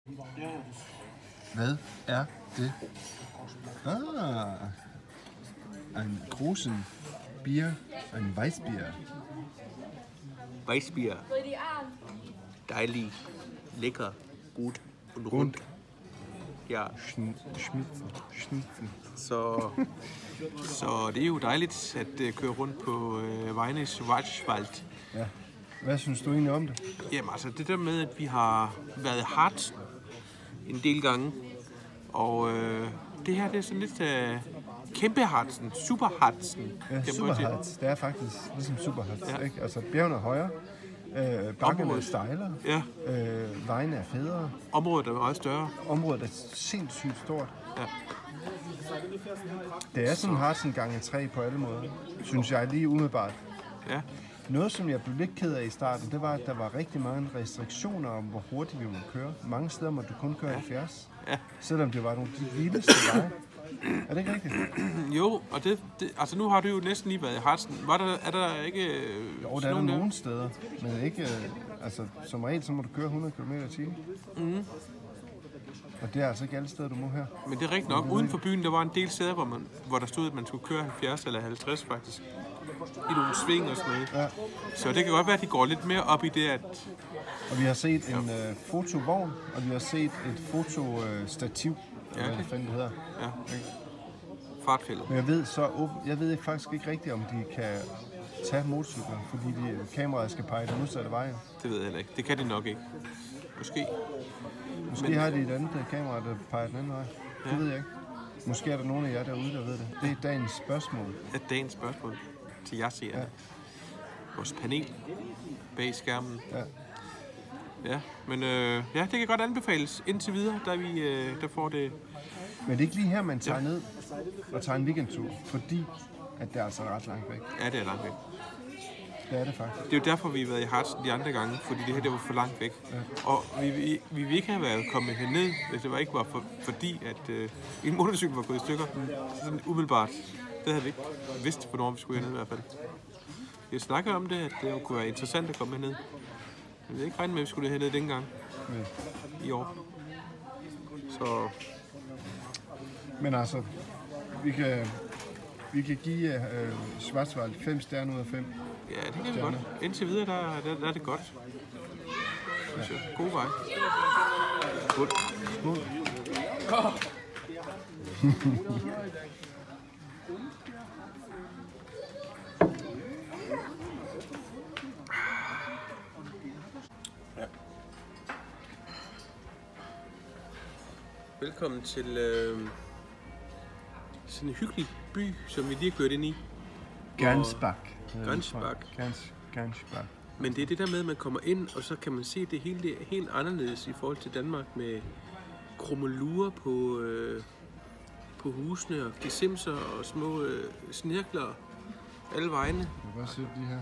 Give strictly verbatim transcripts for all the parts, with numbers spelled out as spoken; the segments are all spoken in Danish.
Hvad er det? Ah, ein großen Bier, ein Weißbier. Weißbier. Dejlig, lækker, gut und rund. Ja. Schnitzen, schnitzen. Så, så det er jo dejligt at uh, køre rundt på uh, vejene i Schwarzwald. Ja. Hvad synes du egentlig om det? Jamen altså det der med, at vi har været hardt en del gange. Og øh, det her, det er sådan lidt øh, kæmpe hartsen, super hartsen. Ja, super harts. Det er faktisk ligesom super harts, ja. Ikke? Altså bjergene er højere, øh, bakkerne er stejlere, ja. øh, vejene er federe. Området er meget større. Området er sindssygt stort. Ja. Det er sådan en hartsen gange tre på alle måder, synes jeg lige umiddelbart. Ja. Noget, som jeg blev lidt ked af i starten, det var, at der var rigtig mange restriktioner om, hvor hurtigt vi må køre. Mange steder må du kun køre halvfjerds, ja. Selvom det var nogle af de vildeste veje. Er det ikke rigtigt? Jo, og det, det, altså nu har du jo næsten lige været i Hartsen. Var der, er der ikke øh, Jo, der er der nogle steder, men ikke, øh, altså som regel, så må du køre hundrede kilometer i timen. Mm. Og det er altså ikke alle steder, du må her. Men det er rigtigt nok. Uden for byen, der var en del steder, hvor, man, hvor der stod, at man skulle køre halvfjerds eller halvtreds faktisk. I nogle sving og sådan noget. Ja. Så det kan godt være, at de går lidt mere op i det, at... Og vi har set en øh, fotovogn, og vi har set et fotostativ, øh, ja, hvad det fanden det hedder. Ja. Fartfælde. Men jeg ved, så, jeg ved faktisk ikke rigtigt, om de kan tage motorcykler, fordi de, kameraet skal pege den modsatte vej. Det ved jeg heller ikke. Det kan de nok ikke. Måske. Måske Men... har de et andet kamera, der peger den anden vej. Ja. Det ved jeg ikke. Måske er der nogen af jer derude, der ved det. Det er dagens spørgsmål. Det er dagens spørgsmål til jer, siger ja. Vores panel bag skærmen. Ja. Ja, men øh, ja, det kan godt anbefales indtil videre, da vi øh, der får det. Men det er ikke lige her, man tager ja. ned og tager en weekendtur, fordi at det er altså ret langt væk. Ja, det er langt væk. Det er det faktisk. Det er jo derfor, vi har været i Hartsen de andre gange, fordi det her det var for langt væk. Ja. Og vi, vi, vi ville ikke have været kommet herned, hvis det var ikke var for, fordi, at øh, en motorcykel var gået i stykker. Mm. Sådan umiddelbart. Det havde vi ikke vidst, hvornår vi skulle herned i hvert fald. Vi har snakket om det, at det kunne være interessant at komme herned. Jeg ved ikke regne med, at vi skulle herned dengang. Ja. I år. Så... Men altså, vi kan, vi kan give øh, Schwarzwald fem stjerner ud af fem. Ja, det kan vi godt. Indtil videre, der, der, der er det godt. Ja. Så, god vej. Skål. Skål. Ja. Velkommen til øh, sådan en hyggelig by, som vi lige har kørt ind i. Gansbach. Gansbach. Gans, Gansbach. Men det er det der med, at man kommer ind, og så kan man se, at det hele det er helt anderledes i forhold til Danmark med krummelurer på, øh, på husene og gesimser og små øh, snirkler alle vegne. Jeg kan bare se de her.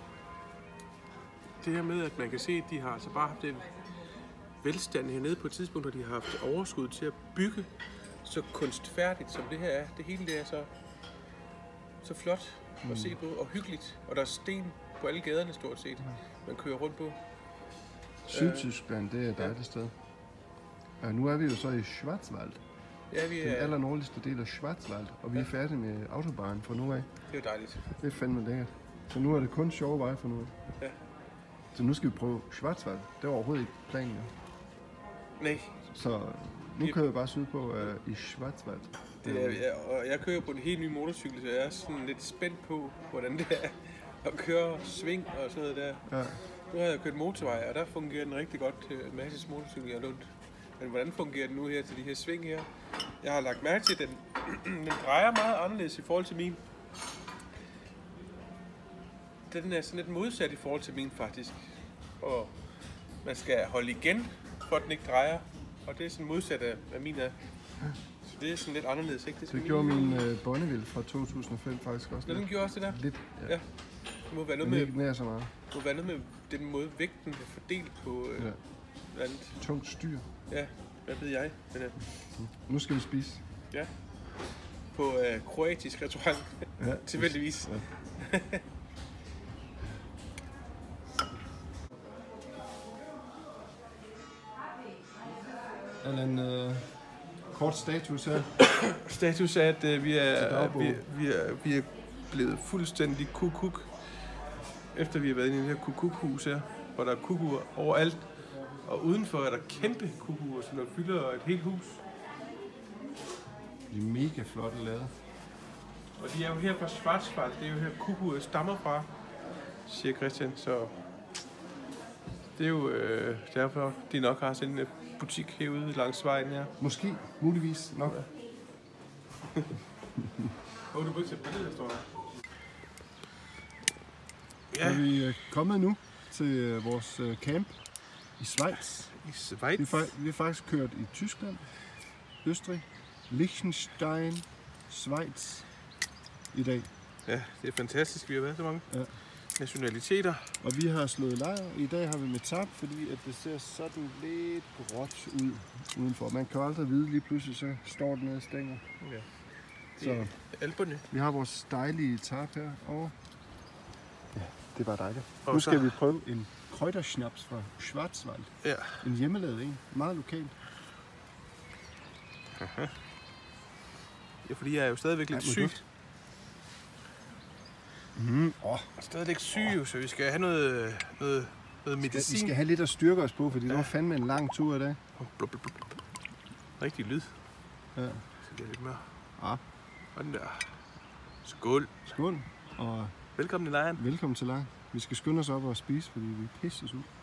Det her med, at man kan se, at de har altså bare haft det velstand hernede på et tidspunkt, hvor de har haft overskud til at bygge så kunstfærdigt, som det her er. Det hele det er så, så flot at mm. se på, og hyggeligt. Og der er sten på alle gaderne stort set, man kører rundt på. Sydtyskland, det er et dejligt sted. Og nu er vi jo så i Schwarzwald. Ja, vi er... Den allernordligste del af Schwarzwald, og vi er færdige med autobahnen fra nu af. Det er jo dejligt. Det er fandme lækkert. Så nu er det kun sjove veje for nu. Ja. Så nu skal vi prøve Schwarzwald. Det var overhovedet ikke planen, jo. Nej. Så nu kører vi bare sydpå uh, i Schwarzwald. Det er, ja, og jeg kører på en helt ny motorcykel, så jeg er sådan lidt spændt på, hvordan det er at køre sving og sådan noget der. Ja. Nu har jeg kørt motorvej, og der fungerer den rigtig godt til en masse motorcykel, jeg har lånt. Men hvordan fungerer den nu her til de her sving her? Jeg har lagt mærke til, at den, den drejer meget anderledes i forhold til min. Den er sådan lidt modsat i forhold til min faktisk. Og man skal holde igen, for at den ikke drejer. Og det er sådan modsat af, af min er. Så det er sådan lidt anderledes, ikke? Det, det gjorde min øh, Bonneville fra to tusind og fem faktisk også. Nå, den gjorde også det der? Lidt, ja. Ja. Det må være noget men med, ikke nær så meget. Det må være noget med den måde, vægten er fordelt på øh, ja. Andet. Tungt styr. Ja, hvad ved jeg. Men, øh, mm. Nu skal vi spise. Ja. På øh, kroatisk restaurant. Ja. Tilfældigvis. Ja. Eller en øh, kort status her. Status er, at øh, vi, er, vi, vi, er, vi er blevet fuldstændig kukuk, efter vi har været inde i det her kukukhus her, hvor der er kukuer overalt. Og udenfor er der kæmpe kukuer, som der fylder et helt hus. De er mega flotte lavet. Og de er jo her fra Schwarzwald, det er jo her kukuer stammer fra, siger Christian, så det er jo øh, derfor, de nok har sådan en butik herude langs vejen her. Måske, muligvis nok. Åh, oh, du må ikke sætte billedet, der står der. Ja. Er vi øh, kommet nu til øh, vores øh, camp i Schweiz. I Schweiz? Vi, fa- vi har faktisk kørt i Tyskland, Østrig, Liechtenstein, Schweiz i dag. Ja, det er fantastisk, vi har været så mange ja. nationaliteter. Og vi har slået lejr. I dag har vi med tab, fordi at det ser sådan lidt gråt ud udenfor. Man kan aldrig vide, lige pludselig så står den nede og stænger. Ja. Så Alperne. Vi har vores dejlige tab her og ja, det var dejligt. Og nu så... skal vi prøve en krøjderschnaps fra Schwarzwald. Ja. En hjemmelavet en. Meget lokalt. Aha. Ja, fordi jeg er jo stadigvæk lidt syg. Mm. Oh. Stadigvæk syg, så vi skal have noget, noget, noget medicin. Vi skal have lidt at styrke os på, fordi ja. det var fandme en lang tur i dag. Blub, blub, blub. Rigtig lyd. Ja. Så det er lidt mere. Ja. Og den der. Skål. Skål. Og velkommen til lejren. Velkommen til lejren. Vi skal skynde os op og spise, fordi vi er pisses ud.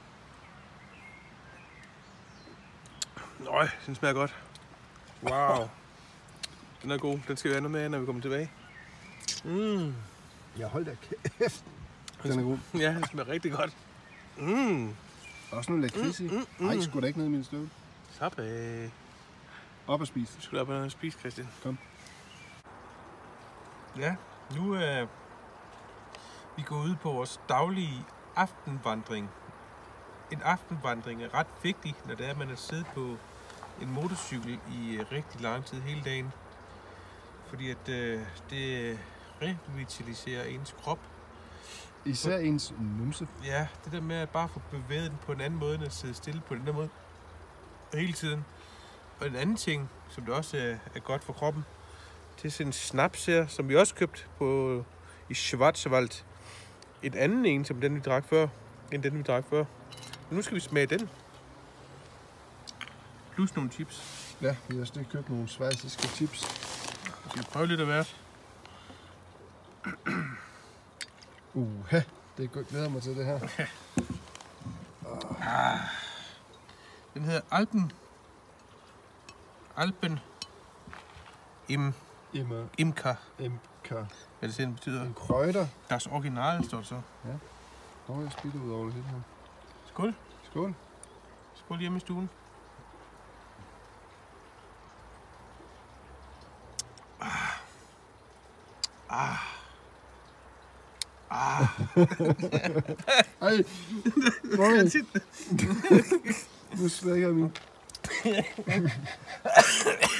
Nøj, den smager godt. Wow. Den er god. Den skal vi have noget med, når vi kommer tilbage. Mm. Ja, hold da kæft. Den er god. Ja, den smager rigtig godt. Mm. Også noget lakrids i. Mm, mm, mm. Ej, skulle der ikke noget i min støvle? Slap af. Op og spise. Du skal op og spise, Christian. Kom. Ja, nu er vi gået ud på vores daglige aftenvandring. En aftenvandring er ret vigtig, når det er, at man har siddet på en motorcykel i rigtig lang tid hele dagen. Fordi at øh, det revitaliserer ens krop. Især ens numse. Ja, det der med at bare få bevæget den på en anden måde, end at sidde stille på den der måde hele tiden. Og en anden ting, som det også er, er godt for kroppen, det er sådan en snaps her, som vi også købte på, i Schwarzwald. En anden en, som den vi drak før, end den vi drak før. Men nu skal vi smage den. Plus nogle chips. Ja, vi har også købt nogle schweiziske chips. Vi skal prøve lidt af hvert. Uha, det er godt. Glæder mig til det her. Ah. Den hedder Alpen. Alpen. Im. Immer. Imker. Imker. Hvad det siger, den betyder? En krøjder. Deres original, står det så. Ja. Nå, jeg spiller ud over det her. Skål. Skål. Skål hjemme i stuen. Ah. Ah. Ah. Ej. Nå, nu svækker jeg min.